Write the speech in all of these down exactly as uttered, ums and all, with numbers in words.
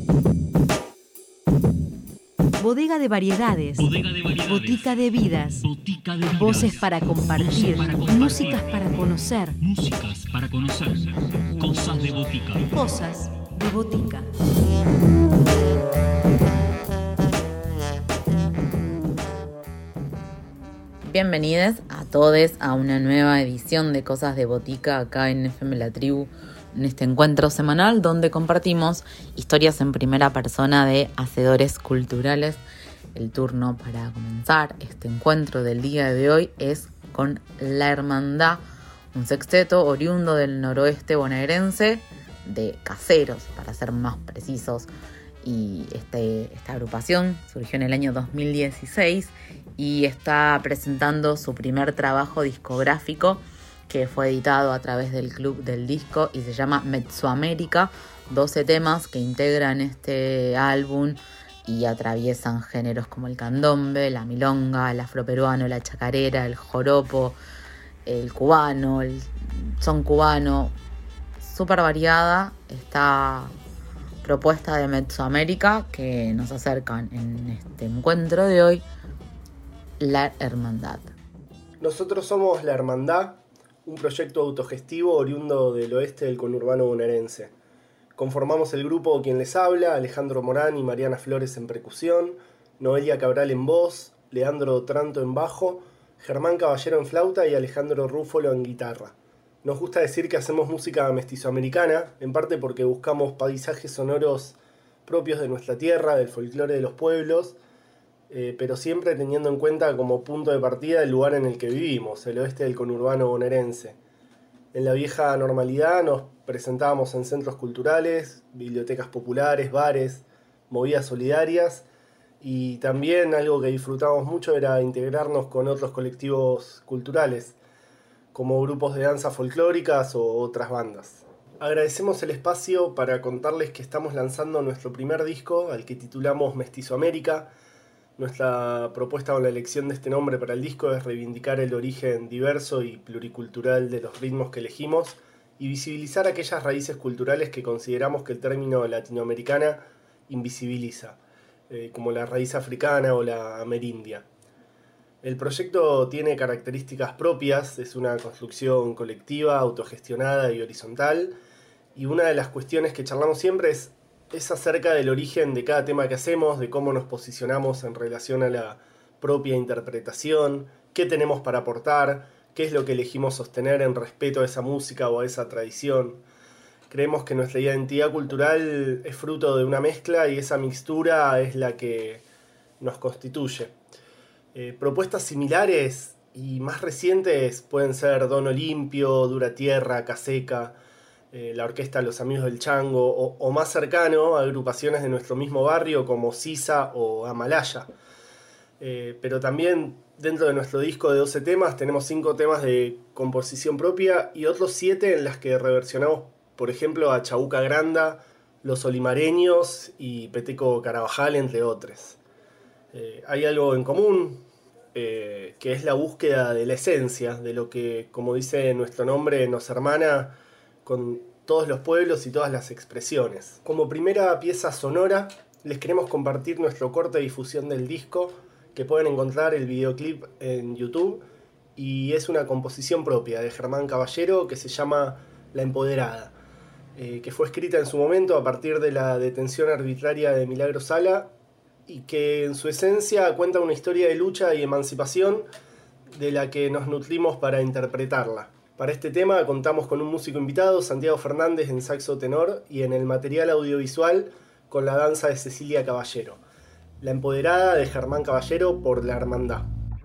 Bodega de variedades. Bodega de variedades. Botica de vidas. Botica de vidas. Voces para compartir. Voces para compartir. Músicas para conocer. Músicas para conocer. Cosas de botica. Cosas de botica. Bienvenidos a todos a una nueva edición de Cosas de Botica acá en F M La Tribu, en este encuentro semanal donde compartimos historias en primera persona de hacedores culturales. El turno para comenzar este encuentro del día de hoy es con La Hermandad, un sexteto oriundo del noroeste bonaerense, de Caseros, para ser más precisos. Y este, esta agrupación surgió en el año dos mil dieciséis y está presentando su primer trabajo discográfico, que fue editado a través del Club del Disco y se llama Mesoamérica. doce temas que integran este álbum y atraviesan géneros como el candombe, la milonga, el afroperuano, la chacarera, el joropo, el cubano, el son cubano. Súper variada esta propuesta de Mesoamérica que nos acercan en este encuentro de hoy, La Hermandad. Nosotros somos La Hermandad, un proyecto autogestivo oriundo del oeste del conurbano bonaerense. Conformamos el grupo quien les habla, Alejandro Morán y Mariana Flores en percusión, Noelia Cabral en voz, Leandro Tranto en bajo, Germán Caballero en flauta y Alejandro Rúfolo en guitarra. Nos gusta decir que hacemos música mestizoamericana, en parte porque buscamos paisajes sonoros propios de nuestra tierra, del folclore de los pueblos, eh, pero siempre teniendo en cuenta como punto de partida el lugar en el que vivimos, el oeste del conurbano bonaerense. En la vieja normalidad nos presentábamos en centros culturales, bibliotecas populares, bares, movidas solidarias, y también algo que disfrutábamos mucho era integrarnos con otros colectivos culturales, como grupos de danza folclóricas o otras bandas. Agradecemos el espacio para contarles que estamos lanzando nuestro primer disco, al que titulamos Mestizoamérica. Nuestra propuesta con la elección de este nombre para el disco es reivindicar el origen diverso y pluricultural de los ritmos que elegimos y visibilizar aquellas raíces culturales que consideramos que el término latinoamericana invisibiliza, eh, como la raíz africana o la amerindia. El proyecto tiene características propias, es una construcción colectiva, autogestionada y horizontal, y una de las cuestiones que charlamos siempre es, es acerca del origen de cada tema que hacemos, de cómo nos posicionamos en relación a la propia interpretación, qué tenemos para aportar, qué es lo que elegimos sostener en respeto a esa música o a esa tradición. Creemos que nuestra identidad cultural es fruto de una mezcla y esa mixtura es la que nos constituye. Eh, propuestas similares y más recientes pueden ser Don Olimpio, Dura Tierra, Caseca, eh, la orquesta Los Amigos del Chango, o, o más cercano, agrupaciones de nuestro mismo barrio como Sisa o Amalaya. Eh, pero también dentro de nuestro disco de doce temas tenemos cinco temas de composición propia y otros siete en las que reversionamos, por ejemplo, a Chabuca Granda, Los Olimareños y Peteco Carabajal, entre otros. Eh, hay algo en común, eh, que es la búsqueda de la esencia, de lo que, como dice nuestro nombre, nos hermana con todos los pueblos y todas las expresiones. Como primera pieza sonora, les queremos compartir nuestro corte de difusión del disco, que pueden encontrar el videoclip en YouTube, y es una composición propia de Germán Caballero que se llama La Empoderada, eh, que fue escrita en su momento a partir de la detención arbitraria de Milagro Sala, y que en su esencia cuenta una historia de lucha y emancipación de la que nos nutrimos para interpretarla. Para este tema contamos con un músico invitado, Santiago Fernández, en saxo tenor, y en el material audiovisual con la danza de Cecilia Caballero. La Empoderada de Germán Caballero por La Hermandad.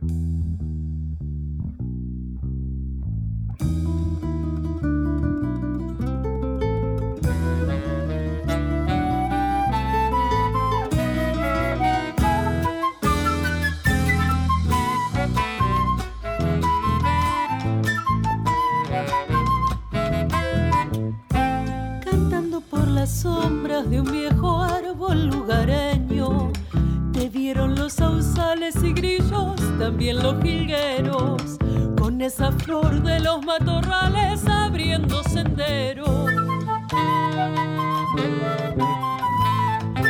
Sombras de un viejo árbol lugareño, te vieron los sausales y grillos, también los jilgueros, con esa flor de los matorrales abriendo senderos.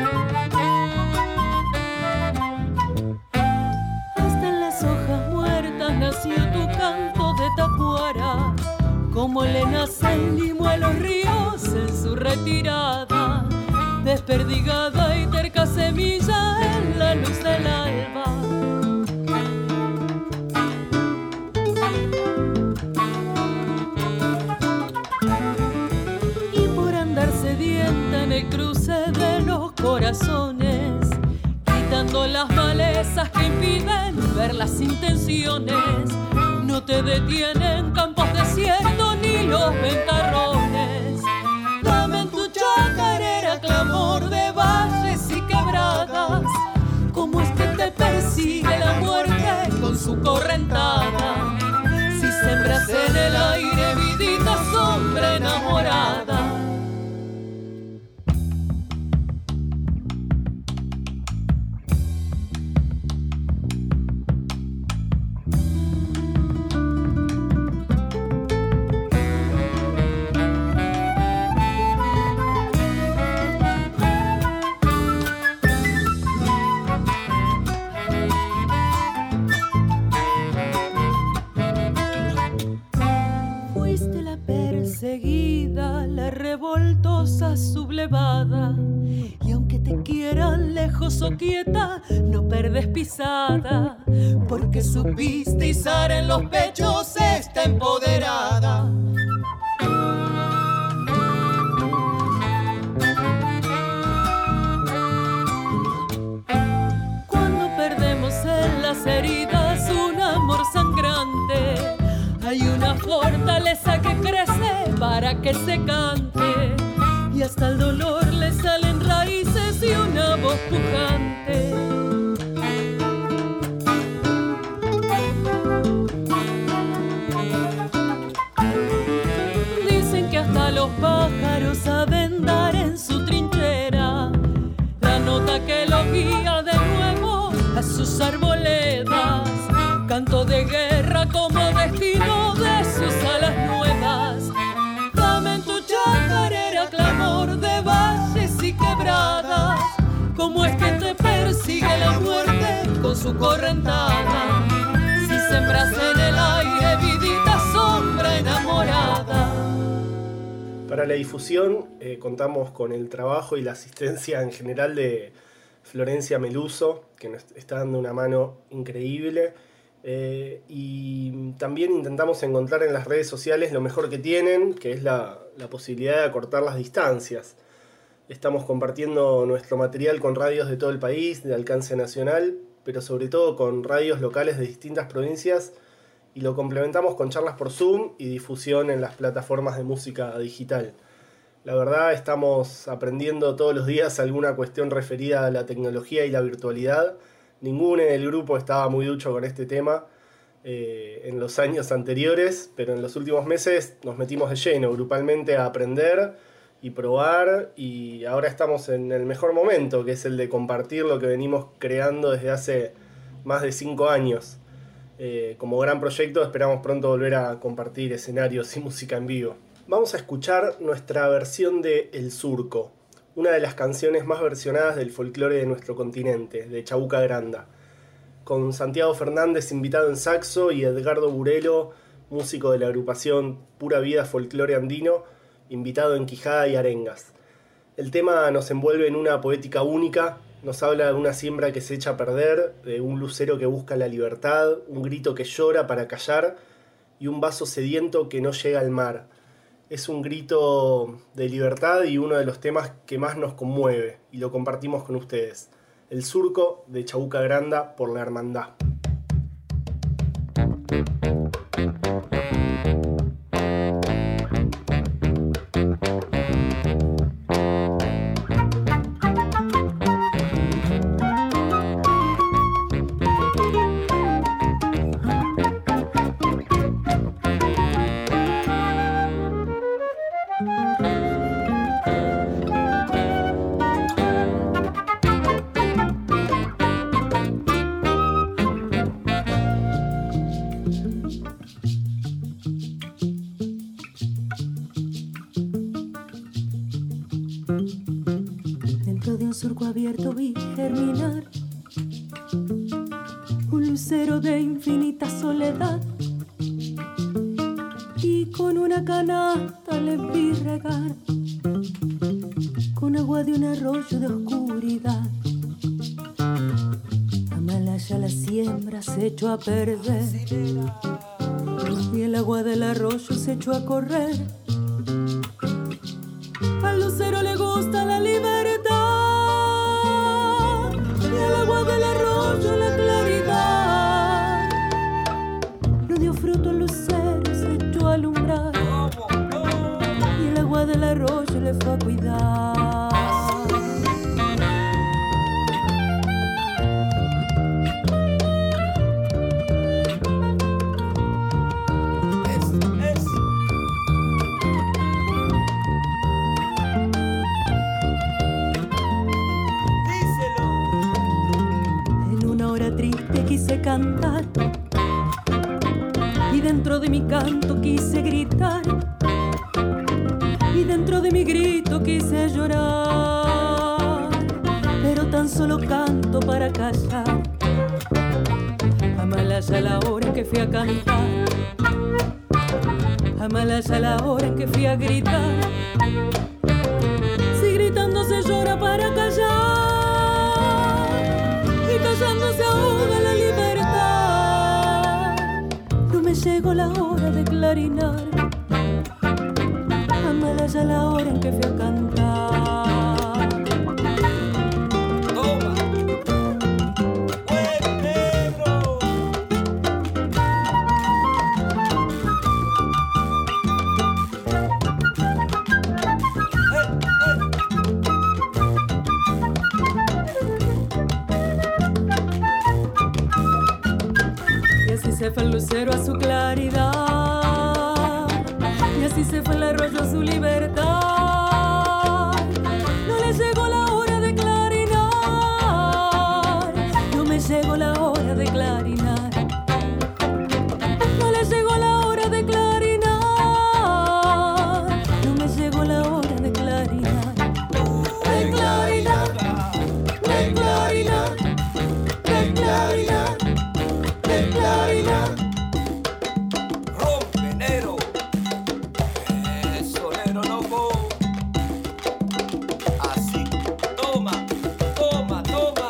tirada, desperdigada y terca semilla en la luz del alba. Y por andar sedienta en el cruce de los corazones, quitando las malezas que impiden ver las intenciones, no te detienen campos desiertos ni los ventarrones. Dame en tu chacarera clamor de valles y quebradas, como es que te persigue la muerte con su correntada. Si sembras en el aire vidita sombra enamorada. Revoltosa sublevada, y aunque te quieran lejos o quieta, no perdes pisada, porque supiste izar en los pechos esta empoderada. Cuando perdemos en las heridas un amor sangrante, hay una fortaleza que crece para que se cante, y hasta el dolor le salen raíces y una voz pujante. Dicen que hasta los pájaros saben dar en su trinchera la nota que los guía de nuevo a sus arboledas. Canto de guerra como destino de sus alas nuevas. Dame en tu chacarera clamor de valles y quebradas, como es que te persigue la muerte con su correntada. Si sembras en el aire vidita sombra enamorada. Para la difusión eh, contamos con el trabajo y la asistencia en general de Florencia Meluso, que nos está dando una mano increíble. Eh, y también intentamos encontrar en las redes sociales lo mejor que tienen, que es la, la posibilidad de acortar las distancias. Estamos compartiendo nuestro material con radios de todo el país, de alcance nacional, pero sobre todo con radios locales de distintas provincias, y lo complementamos con charlas por Zoom y difusión en las plataformas de música digital. La verdad, estamos aprendiendo todos los días alguna cuestión referida a la tecnología y la virtualidad. Ninguno en el grupo estaba muy ducho con este tema eh, en los años anteriores, pero en los últimos meses nos metimos de lleno grupalmente a aprender y probar, y ahora estamos en el mejor momento, que es el de compartir lo que venimos creando desde hace más de cinco años. Eh, como gran proyecto esperamos pronto volver a compartir escenarios y música en vivo. Vamos a escuchar nuestra versión de El Surco, una de las canciones más versionadas del folclore de nuestro continente, de Chabuca Granda, con Santiago Fernández invitado en saxo y Edgardo Burelo, músico de la agrupación Pura Vida Folclore Andino, invitado en quijada y arengas. El tema nos envuelve en una poética única, nos habla de una siembra que se echa a perder, de un lucero que busca la libertad, un grito que llora para callar y un vaso sediento que no llega al mar. Es un grito de libertad y uno de los temas que más nos conmueve, y lo compartimos con ustedes. El Surco, de Chabuca Granda, por la Hermandad. Surco abierto vi germinar un lucero de infinita soledad, y con una canasta le vi regar un agua de un arroyo de oscuridad. Amalaya la siembra se echó a perder y el agua del arroyo se echó a correr. Al lucero le gusta la libertad y el agua del arroyo la claridad. No dio fruto al lucero, se echó a alumbrar y el agua del arroyo le fue a cuidar. Quise cantar y dentro de mi canto quise gritar y dentro de mi grito quise llorar, pero tan solo canto para callar. Amalaya la hora en que fui a cantar, amalaya la hora en que fui a gritar. Si gritando se llora para callar y callando se ahoga la libertad. No me llegó la hora de clarinar, amalaya la hora en que fui a cantar. Toma, buen negro. Se fue el lucero a su claridad y así se fue el arroyo a su libertad. No le llegó la hora de clarinar, no me llegó la hora de clarinar, no le llegó la hora de clarinar, no me llegó la hora de clarinar, de clarinar, de clarinar, de clarinar. Rompe, negro. Eso, negro loco. Así. Toma, toma, toma.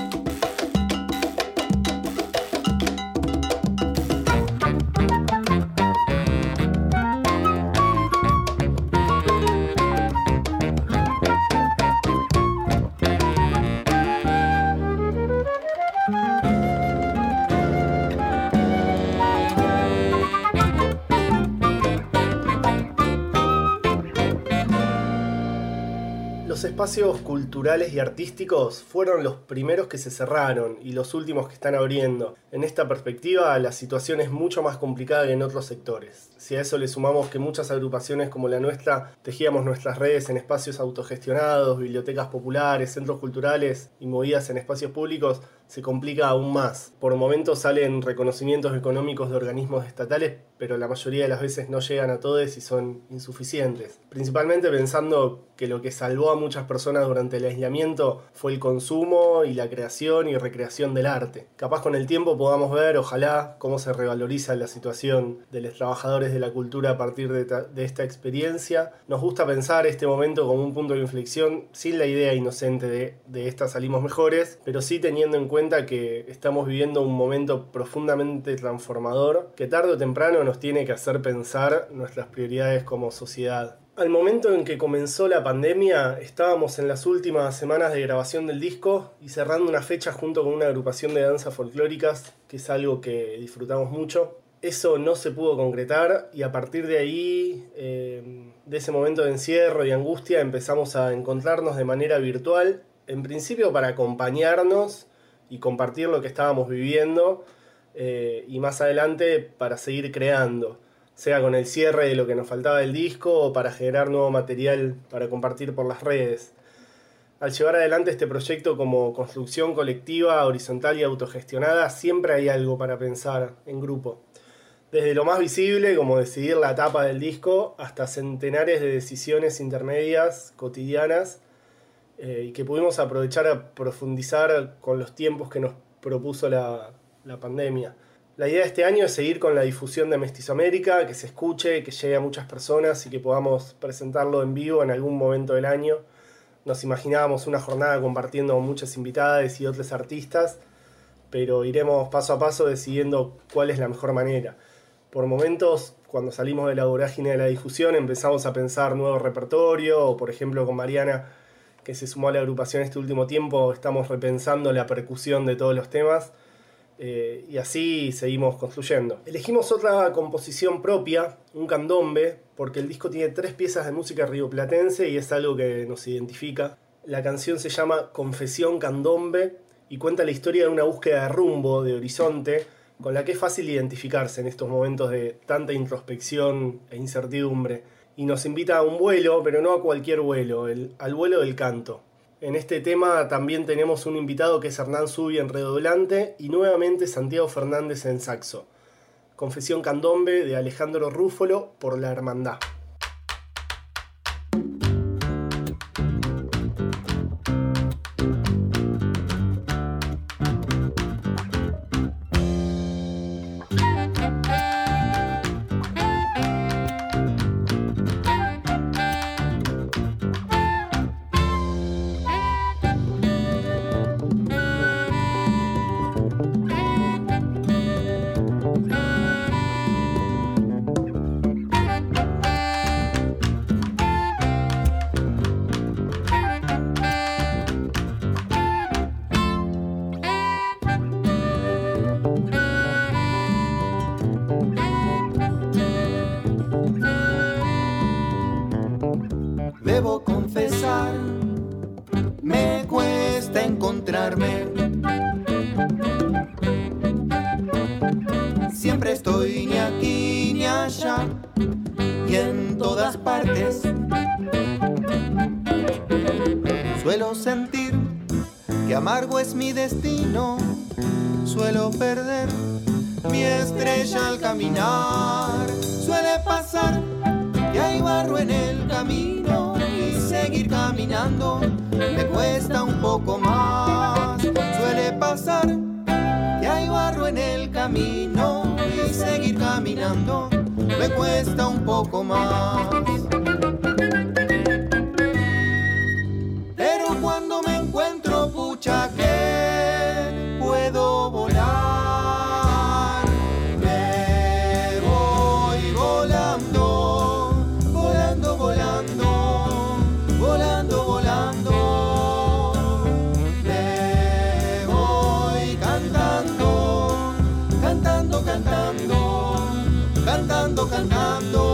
Los espacios culturales y artísticos fueron los primeros que se cerraron y los últimos que están abriendo. En esta perspectiva, la situación es mucho más complicada que en otros sectores. Si a eso le sumamos que muchas agrupaciones como la nuestra tejíamos nuestras redes en espacios autogestionados, bibliotecas populares, centros culturales y movidas en espacios públicos, se complica aún más. Por momentos salen reconocimientos económicos de organismos estatales, pero la mayoría de las veces no llegan a todos y son insuficientes. Principalmente pensando que lo que salvó a muchas personas durante el aislamiento fue el consumo y la creación y recreación del arte. Capaz con el tiempo podamos ver, ojalá, cómo se revaloriza la situación de los trabajadores de la cultura a partir de, de esta experiencia. Nos gusta pensar este momento como un punto de inflexión sin la idea inocente de, de esta salimos mejores, pero sí teniendo en cuenta que estamos viviendo un momento profundamente transformador que tarde o temprano nos tiene que hacer pensar nuestras prioridades como sociedad. Al momento en que comenzó la pandemia, estábamos en las últimas semanas de grabación del disco y cerrando una fecha junto con una agrupación de danzas folclóricas, que es algo que disfrutamos mucho. Eso no se pudo concretar y a partir de ahí, eh, de ese momento de encierro y angustia, empezamos a encontrarnos de manera virtual, en principio para acompañarnos y compartir lo que estábamos viviendo, eh, y más adelante para seguir creando, sea con el cierre de lo que nos faltaba del disco o para generar nuevo material para compartir por las redes. Al llevar adelante este proyecto como construcción colectiva, horizontal y autogestionada, siempre hay algo para pensar en grupo. Desde lo más visible, como decidir la tapa del disco, hasta centenares de decisiones intermedias, cotidianas, eh, y que pudimos aprovechar a profundizar con los tiempos que nos propuso la, la pandemia. La idea de este año es seguir con la difusión de Mestizoamérica, que se escuche, que llegue a muchas personas y que podamos presentarlo en vivo en algún momento del año. Nos imaginábamos una jornada compartiendo muchas invitadas y otros artistas, pero iremos paso a paso decidiendo cuál es la mejor manera. Por momentos, cuando salimos de la vorágine de la difusión, empezamos a pensar nuevo repertorio, o por ejemplo con Mariana, que se sumó a la agrupación este último tiempo, estamos repensando la percusión de todos los temas, eh, y así seguimos construyendo. Elegimos otra composición propia, un candombe, porque el disco tiene tres piezas de música rioplatense y es algo que nos identifica. La canción se llama Confesión Candombe y cuenta la historia de una búsqueda de rumbo, de horizonte, con la que es fácil identificarse en estos momentos de tanta introspección e incertidumbre. Y nos invita a un vuelo, pero no a cualquier vuelo, el, al vuelo del canto. En este tema también tenemos un invitado que es Hernán Zubi en redoblante y nuevamente Santiago Fernández en saxo. Confesión Candombe de Alejandro Rúfolo por La Hermandad. Debo confesar, me cuesta encontrarme. Siempre estoy ni aquí ni allá y en todas partes. Suelo sentir que amargo es mi destino. Suelo perder mi estrella al caminar. Suele pasar que hay barro en el camino y seguir caminando me cuesta un poco más. Suele pasar que hay barro en el camino y seguir caminando me cuesta un poco más. Pero cuando me encuentro, pucha, que puedo volar, me voy volando, volando, volando, volando, volando, me voy cantando, cantando, cantando, cantando, cantando.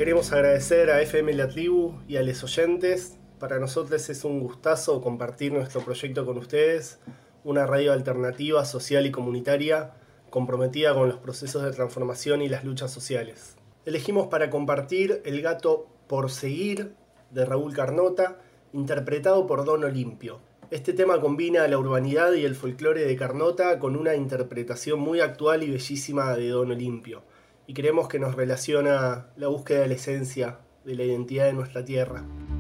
Queremos agradecer a F M La Tribu y a los oyentes. Para nosotros es un gustazo compartir nuestro proyecto con ustedes, una radio alternativa, social y comunitaria, comprometida con los procesos de transformación y las luchas sociales. Elegimos para compartir El gato por seguir, de Raúl Carnota, interpretado por Don Olimpio. Este tema combina la urbanidad y el folclore de Carnota con una interpretación muy actual y bellísima de Don Olimpio. Y creemos que nos relaciona la búsqueda de la esencia, de la identidad de nuestra tierra.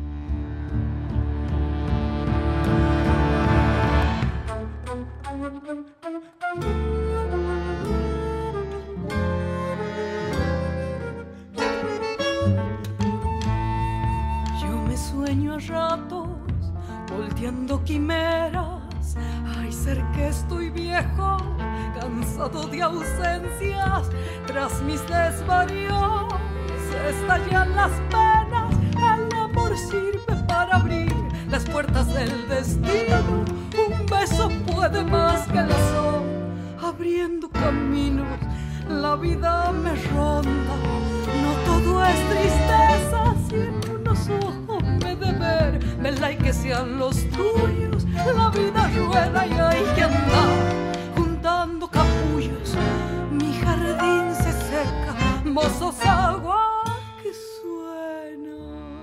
Yo me sueño a ratos, volteando quimeras. Ay, ser que estoy viejo, cansado de ausencias. Tras mis desvaríos estallan las penas. El amor sirve para abrir las puertas del destino. Un beso puede más que la sol, abriendo caminos. La vida me ronda, no todo es tristeza. Si en unos ojos me he de ver, vela y que sean los tuyos. La vida rueda y hay que andar juntando capullos. Mi jardín se seca, vos sos agua que suena.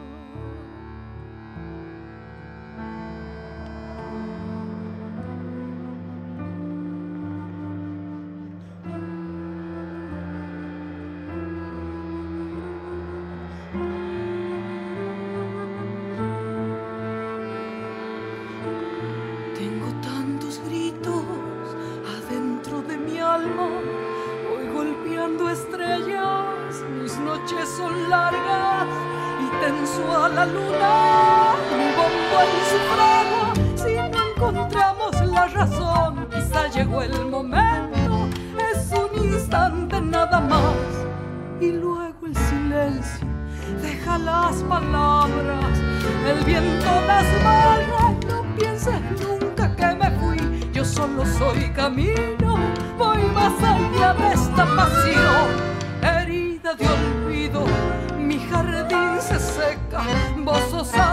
Tengo tantos gritos adentro de mi alma, voy golpeando estrellas, mis noches son largas y tenso a la luna, mi bombo en su fragua. Si no encontramos la razón, quizá llegó el momento, es un instante nada más, y luego el silencio deja las palabras, el viento las barra. No pienses nunca que me fui, yo solo soy camino, voy más allá de esta pasión. Herida de olvido, mi jardín se seca, vos sos